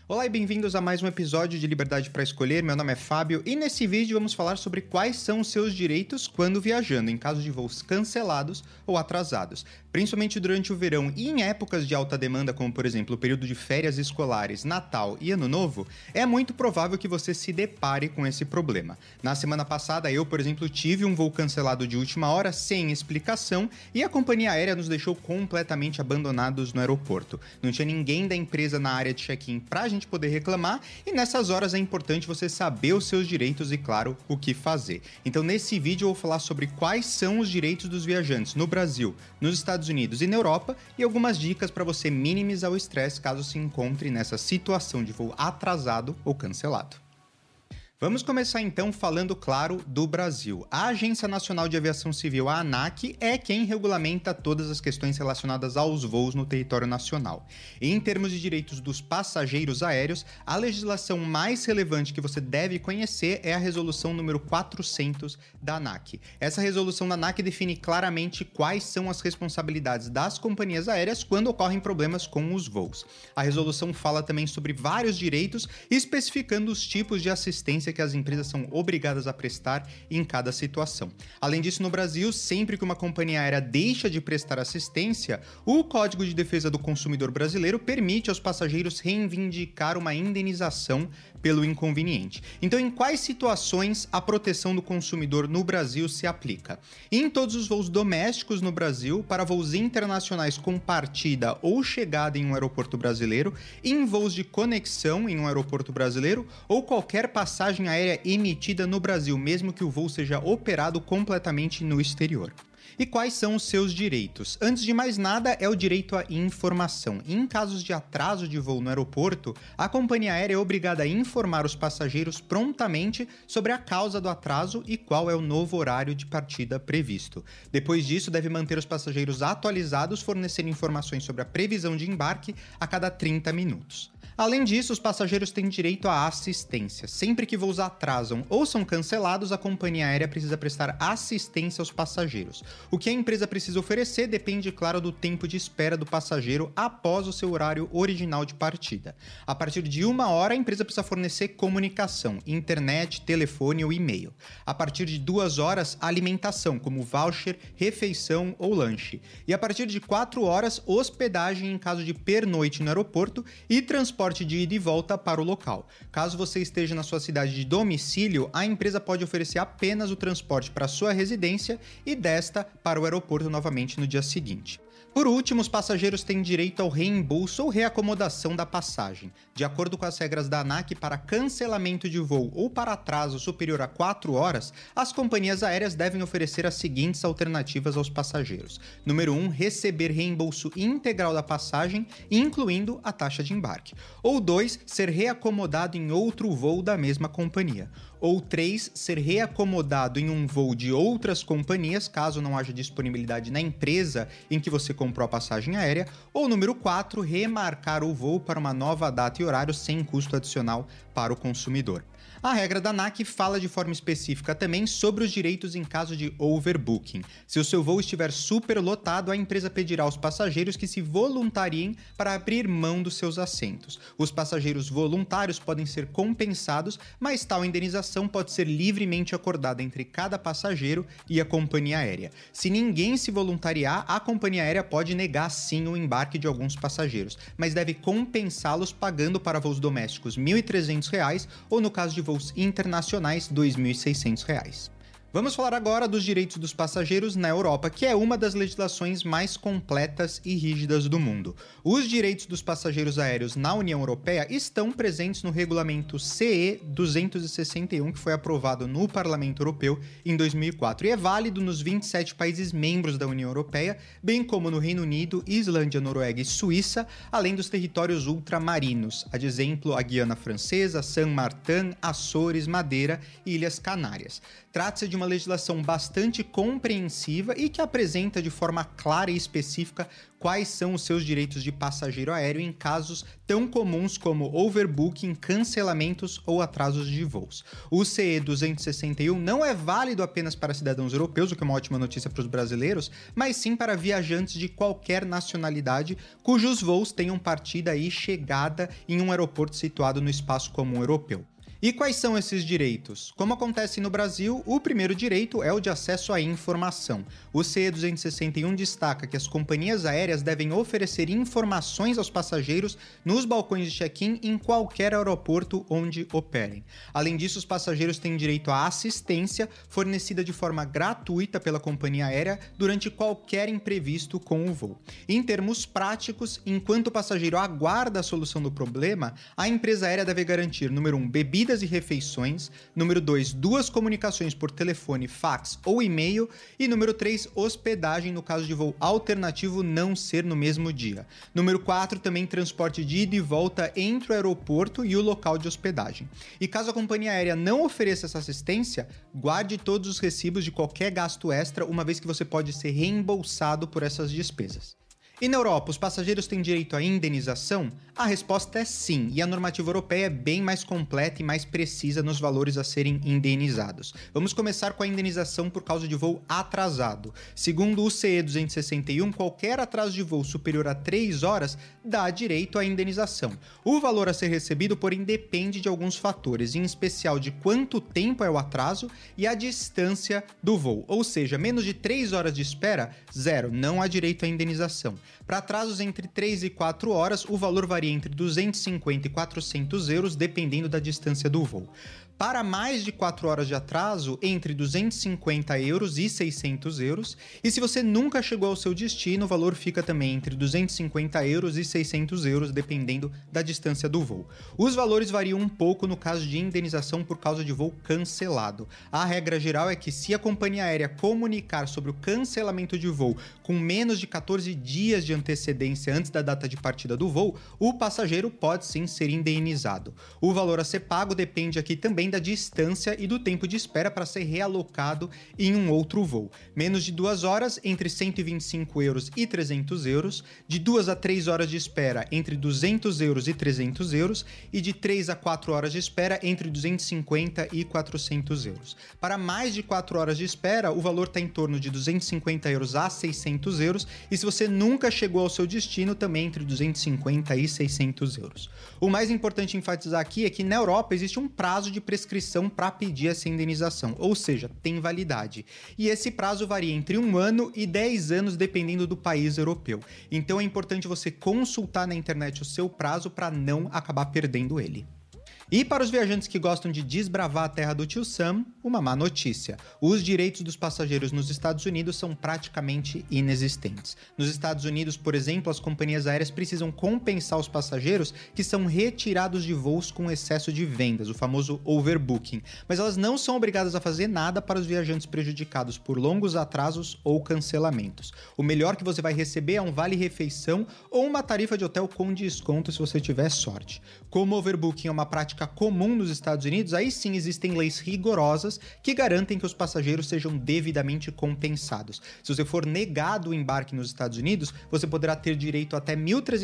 Olá e bem-vindos a mais um episódio de Liberdade para Escolher. Meu nome é Fábio e nesse vídeo vamos falar sobre quais são os seus direitos quando viajando, em caso de voos cancelados ou atrasados. Principalmente durante o verão e em épocas de alta demanda, como por exemplo o período de férias escolares, Natal e Ano Novo, é muito provável que você se depare com esse problema. Na semana passada eu, por exemplo, tive um voo cancelado de última hora sem explicação e a companhia aérea nos deixou completamente abandonados no aeroporto. Não tinha ninguém da empresa na área de check-in pra gente poder reclamar, e nessas horas é importante você saber os seus direitos e, claro, o que fazer. Então, nesse vídeo eu vou falar sobre quais são os direitos dos viajantes no Brasil, nos Estados Unidos e na Europa, e algumas dicas para você minimizar o estresse caso se encontre nessa situação de voo atrasado ou cancelado. Vamos começar então falando, claro, do Brasil. A Agência Nacional de Aviação Civil, a ANAC, é quem regulamenta todas as questões relacionadas aos voos no território nacional. E em termos de direitos dos passageiros aéreos, a legislação mais relevante que você deve conhecer é a resolução número 400 da ANAC. Essa resolução da ANAC define claramente quais são as responsabilidades das companhias aéreas quando ocorrem problemas com os voos. A resolução fala também sobre vários direitos, especificando os tipos de assistência que as empresas são obrigadas a prestar em cada situação. Além disso, no Brasil, sempre que uma companhia aérea deixa de prestar assistência, o Código de Defesa do Consumidor brasileiro permite aos passageiros reivindicar uma indenização pelo inconveniente. Então, em quais situações a proteção do consumidor no Brasil se aplica? Em todos os voos domésticos no Brasil, para voos internacionais com partida ou chegada em um aeroporto brasileiro, em voos de conexão em um aeroporto brasileiro ou qualquer passagem aérea emitida no Brasil, mesmo que o voo seja operado completamente no exterior. E quais são os seus direitos? Antes de mais nada, é o direito à informação. Em casos de atraso de voo no aeroporto, a companhia aérea é obrigada a informar os passageiros prontamente sobre a causa do atraso e qual é o novo horário de partida previsto. Depois disso, deve manter os passageiros atualizados, fornecendo informações sobre a previsão de embarque a cada 30 minutos. Além disso, os passageiros têm direito à assistência. Sempre que voos atrasam ou são cancelados, a companhia aérea precisa prestar assistência aos passageiros. O que a empresa precisa oferecer depende, claro, do tempo de espera do passageiro após o seu horário original de partida. A partir de 1 hora, a empresa precisa fornecer comunicação, internet, telefone ou e-mail. A partir de 2 horas, alimentação, como voucher, refeição ou lanche. E a partir de 4 horas, hospedagem em caso de pernoite no aeroporto e transporte de ida e volta para o local. Caso você esteja na sua cidade de domicílio, a empresa pode oferecer apenas o transporte para a sua residência e desta para o aeroporto novamente no dia seguinte. Por último, os passageiros têm direito ao reembolso ou reacomodação da passagem. De acordo com as regras da ANAC, para cancelamento de voo ou para atraso superior a 4 horas, as companhias aéreas devem oferecer as seguintes alternativas aos passageiros. Número 1, receber reembolso integral da passagem, incluindo a taxa de embarque. Ou 2, ser reacomodado em outro voo da mesma companhia. Ou 3, ser reacomodado em um voo de outras companhias, caso não haja disponibilidade na empresa em que você comprou a passagem aérea. Ou número 4, remarcar o voo para uma nova data e horário sem custo adicional para o consumidor. A regra da ANAC fala de forma específica também sobre os direitos em caso de overbooking. Se o seu voo estiver superlotado, a empresa pedirá aos passageiros que se voluntariem para abrir mão dos seus assentos. Os passageiros voluntários podem ser compensados, mas tal indenização pode ser livremente acordada entre cada passageiro e a companhia aérea. Se ninguém se voluntariar, a companhia aérea pode negar sim o embarque de alguns passageiros, mas deve compensá-los pagando para voos domésticos R$ 1.300 ou, no caso de voos internacionais, R$ 2.600. Vamos falar agora dos direitos dos passageiros na Europa, que é uma das legislações mais completas e rígidas do mundo. Os direitos dos passageiros aéreos na União Europeia estão presentes no regulamento CE 261, que foi aprovado no Parlamento Europeu em 2004 e é válido nos 27 países membros da União Europeia, bem como no Reino Unido, Islândia, Noruega e Suíça, além dos territórios ultramarinos, a de exemplo a Guiana Francesa, San Martin, Açores, Madeira e Ilhas Canárias. Trata-se de uma uma legislação bastante compreensiva e que apresenta de forma clara e específica quais são os seus direitos de passageiro aéreo em casos tão comuns como overbooking, cancelamentos ou atrasos de voos. O CE 261 não é válido apenas para cidadãos europeus, o que é uma ótima notícia para os brasileiros, mas sim para viajantes de qualquer nacionalidade cujos voos tenham partida e chegada em um aeroporto situado no espaço comum europeu. E quais são esses direitos? Como acontece no Brasil, o primeiro direito é o de acesso à informação. O CE 261 destaca que as companhias aéreas devem oferecer informações aos passageiros nos balcões de check-in em qualquer aeroporto onde operem. Além disso, os passageiros têm direito à assistência fornecida de forma gratuita pela companhia aérea durante qualquer imprevisto com o voo. Em termos práticos, enquanto o passageiro aguarda a solução do problema, a empresa aérea deve garantir, número 1, bebidas e refeições, número 2, 2 comunicações por telefone, fax ou e-mail e número 3, hospedagem no caso de voo alternativo não ser no mesmo dia. Número 4, também transporte de ida e volta entre o aeroporto e o local de hospedagem. E caso a companhia aérea não ofereça essa assistência, guarde todos os recibos de qualquer gasto extra, uma vez que você pode ser reembolsado por essas despesas. E na Europa, os passageiros têm direito à indenização? A resposta é sim, e a normativa europeia é bem mais completa e mais precisa nos valores a serem indenizados. Vamos começar com a indenização por causa de voo atrasado. Segundo o CE 261, qualquer atraso de voo superior a 3 horas dá direito à indenização. O valor a ser recebido, porém, depende de alguns fatores, em especial de quanto tempo é o atraso e a distância do voo. Ou seja, menos de 3 horas de espera, zero, não há direito à indenização. Para atrasos entre 3 e 4 horas, o valor varia entre 250 e 400 euros, dependendo da distância do voo. Para mais de 4 horas de atraso, entre 250 euros e 600 euros. E se você nunca chegou ao seu destino, o valor fica também entre 250 euros e 600 euros, dependendo da distância do voo. Os valores variam um pouco no caso de indenização por causa de voo cancelado. A regra geral é que se a companhia aérea comunicar sobre o cancelamento de voo com menos de 14 dias de antecedência antes da data de partida do voo, o passageiro pode sim ser indenizado. O valor a ser pago depende aqui também da distância e do tempo de espera para ser realocado em um outro voo. Menos de 2 horas, entre 125 euros e 300 euros, de 2 a 3 horas de espera, entre 200 euros e 300 euros, e de 3 a 4 horas de espera, entre 250 e 400 euros. Para mais de 4 horas de espera, o valor está em torno de 250 euros a 600 euros, e se você nunca chegou ao seu destino, também entre 250 e 600 euros. O mais importante enfatizar aqui é que na Europa existe um prazo de prescrição para pedir essa indenização, ou seja, tem validade. E esse prazo varia entre 1 ano e 10 anos, dependendo do país europeu. Então é importante você consultar na internet o seu prazo para não acabar perdendo ele. E para os viajantes que gostam de desbravar a terra do tio Sam, uma má notícia. Os direitos dos passageiros nos Estados Unidos são praticamente inexistentes. Nos Estados Unidos, por exemplo, as companhias aéreas precisam compensar os passageiros que são retirados de voos com excesso de vendas, o famoso overbooking. Mas elas não são obrigadas a fazer nada para os viajantes prejudicados por longos atrasos ou cancelamentos. O melhor que você vai receber é um vale-refeição ou uma tarifa de hotel com desconto se você tiver sorte. Como o overbooking é uma prática comum nos Estados Unidos, aí sim existem leis rigorosas que garantem que os passageiros sejam devidamente compensados. Se você for negado o embarque nos Estados Unidos, você poderá ter direito a até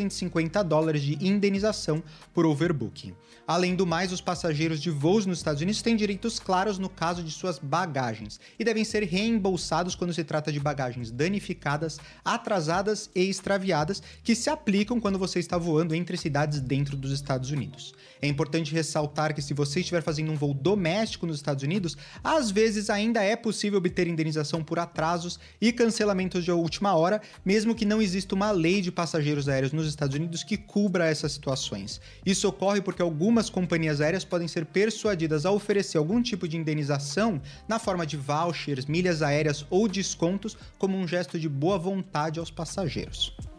$1.350 de indenização por overbooking. Além do mais, os passageiros de voos nos Estados Unidos têm direitos claros no caso de suas bagagens e devem ser reembolsados quando se trata de bagagens danificadas, atrasadas e extraviadas que se aplicam quando você está voando entre cidades dentro dos Estados Unidos. É importante ressaltar que se você estiver fazendo um voo doméstico nos Estados Unidos, às vezes ainda é possível obter indenização por atrasos e cancelamentos de última hora, mesmo que não exista uma lei de passageiros aéreos nos Estados Unidos que cubra essas situações. Isso ocorre porque algumas companhias aéreas podem ser persuadidas a oferecer algum tipo de indenização na forma de vouchers, milhas aéreas ou descontos como um gesto de boa vontade aos passageiros.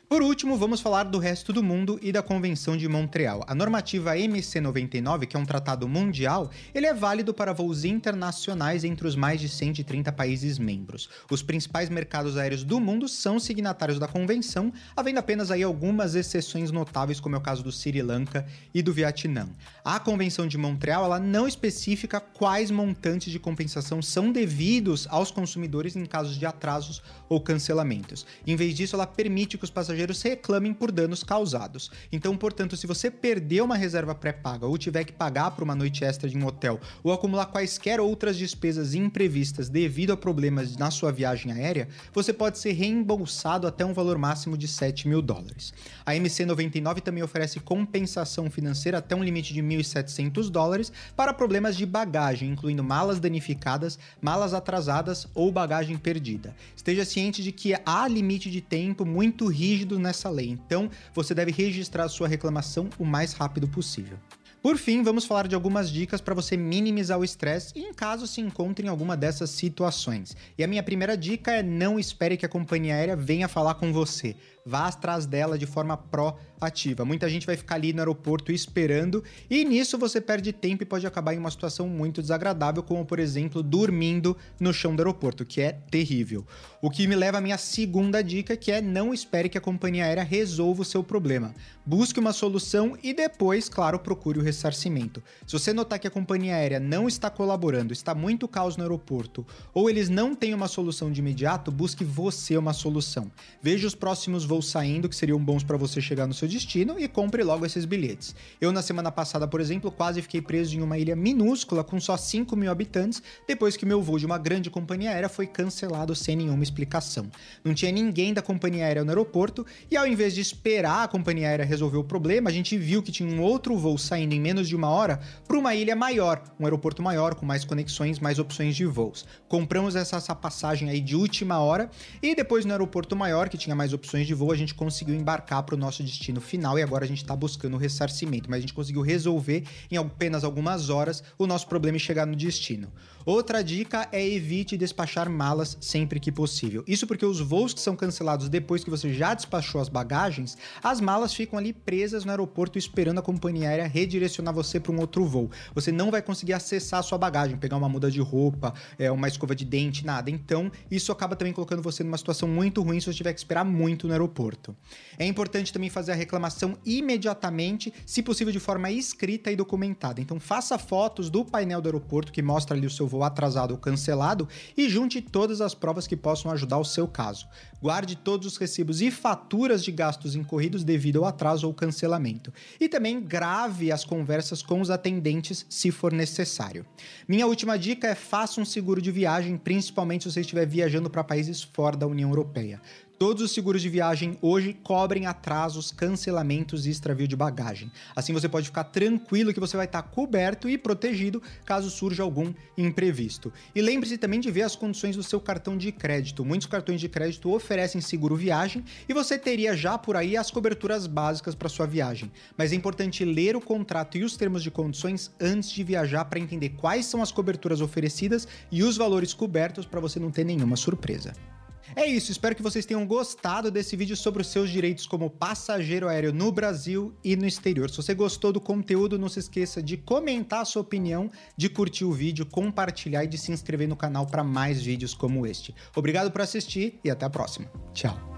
Por último, vamos falar do resto do mundo e da Convenção de Montreal. A normativa MC99, que é um tratado mundial, ele é válido para voos internacionais entre os mais de 130 países membros. Os principais mercados aéreos do mundo são signatários da convenção, havendo apenas aí algumas exceções notáveis, como é o caso do Sri Lanka e do Vietnã. A Convenção de Montreal, ela não especifica quais montantes de compensação são devidos aos consumidores em casos de atrasos ou cancelamentos. Em vez disso, ela permite que os passageiros reclamem por danos causados. Então, portanto, se você perdeu uma reserva pré-paga ou tiver que pagar por uma noite extra de um hotel ou acumular quaisquer outras despesas imprevistas devido a problemas na sua viagem aérea, você pode ser reembolsado até um valor máximo de $7.000. A MC99 também oferece compensação financeira até um limite de $1.700 para problemas de bagagem, incluindo malas danificadas, malas atrasadas ou bagagem perdida. Esteja ciente de que há limite de tempo muito rígido nessa lei, então você deve registrar a sua reclamação o mais rápido possível. Por fim, vamos falar de algumas dicas para você minimizar o estresse em caso se encontre em alguma dessas situações. E a minha primeira dica é: não espere que a companhia aérea venha falar com você. Vá atrás dela de forma proativa. Muita gente vai ficar ali no aeroporto esperando e nisso você perde tempo e pode acabar em uma situação muito desagradável, como por exemplo, dormindo no chão do aeroporto, que é terrível. O que me leva à minha segunda dica, que é: não espere que a companhia aérea resolva o seu problema. Busque uma solução e depois, claro, procure o ressarcimento. Se você notar que a companhia aérea não está colaborando, está muito caos no aeroporto, ou eles não têm uma solução de imediato, busque você uma solução. Veja os próximos voos saindo que seriam bons para você chegar no seu destino e compre logo esses bilhetes. Eu, na semana passada, por exemplo, quase fiquei preso em uma ilha minúscula com só 5.000 habitantes, depois que meu voo de uma grande companhia aérea foi cancelado sem nenhuma explicação. Não tinha ninguém da companhia aérea no aeroporto e, ao invés de esperar a companhia aérea resolver o problema, a gente viu que tinha um outro voo saindo em menos de uma hora para uma ilha maior, um aeroporto maior, com mais conexões, mais opções de voos. Compramos essa passagem aí de última hora e depois no aeroporto maior, que tinha mais opções de voo, a gente conseguiu embarcar para o nosso destino final e agora a gente está buscando o ressarcimento, mas a gente conseguiu resolver em apenas algumas horas o nosso problema e chegar no destino. Outra dica é: evite despachar malas sempre que possível. Isso porque os voos que são cancelados depois que você já despachou as bagagens, as malas ficam ali presas no aeroporto esperando a companhia aérea redirecionar você para um outro voo. Você não vai conseguir acessar a sua bagagem, pegar uma muda de roupa, uma escova de dente, nada. Então, isso acaba também colocando você numa situação muito ruim se você tiver que esperar muito no aeroporto. É importante também fazer a reclamação imediatamente, se possível de forma escrita e documentada. Então, faça fotos do painel do aeroporto que mostra ali o seu voo atrasado ou cancelado e junte todas as provas que possam ajudar o seu caso. Guarde todos os recibos e faturas de gastos incorridos devido ao atraso ou cancelamento. E também grave as conversas com os atendentes se for necessário. Minha última dica é: faça um seguro de viagem, principalmente se você estiver viajando para países fora da União Europeia. Todos os seguros de viagem hoje cobrem atrasos, cancelamentos e extravio de bagagem. Assim você pode ficar tranquilo que você vai estar coberto e protegido caso surja algum imprevisto. E lembre-se também de ver as condições do seu cartão de crédito. Muitos cartões de crédito oferecem seguro viagem e você teria já por aí as coberturas básicas para sua viagem. Mas é importante ler o contrato e os termos de condições antes de viajar para entender quais são as coberturas oferecidas e os valores cobertos para você não ter nenhuma surpresa. É isso, espero que vocês tenham gostado desse vídeo sobre os seus direitos como passageiro aéreo no Brasil e no exterior. Se você gostou do conteúdo, não se esqueça de comentar a sua opinião, de curtir o vídeo, compartilhar e de se inscrever no canal para mais vídeos como este. Obrigado por assistir e até a próxima. Tchau!